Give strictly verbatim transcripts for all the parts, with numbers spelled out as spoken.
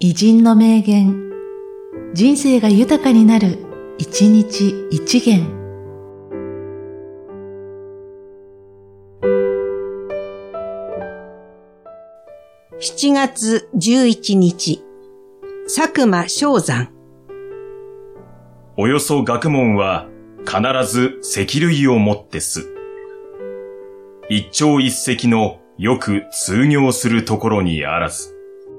偉人の名言、人生が豊かになる、一日一元。 しちがつじゅういちにち、佐久間象山。 およそ学問は必ず石類をもってす。一朝一夕のよく通行するところにあらず。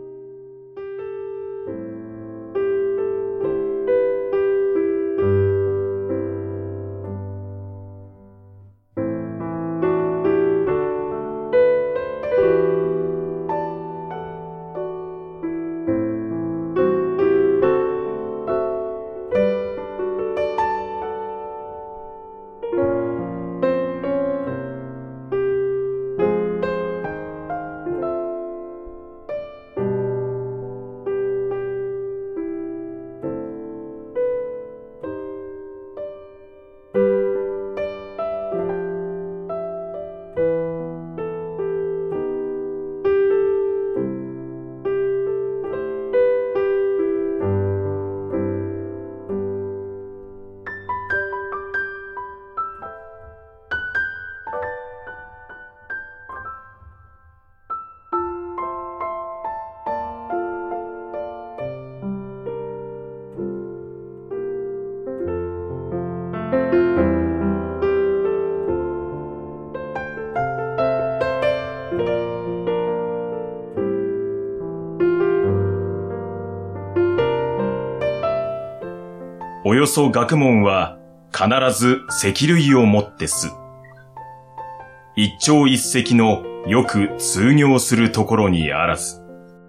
およそ学問は必ず石類をもってす。一朝一夕のよく通行するところにあらず。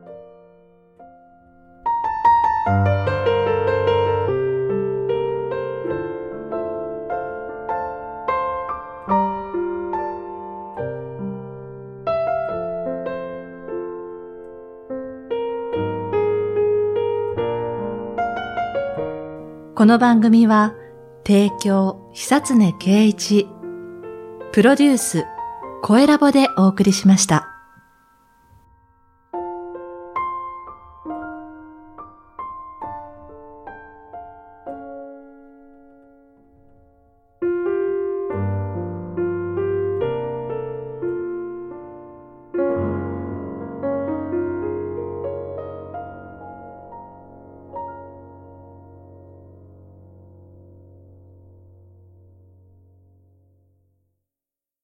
この番組は提供久常圭一、プロデュース声ラボでお送りしました。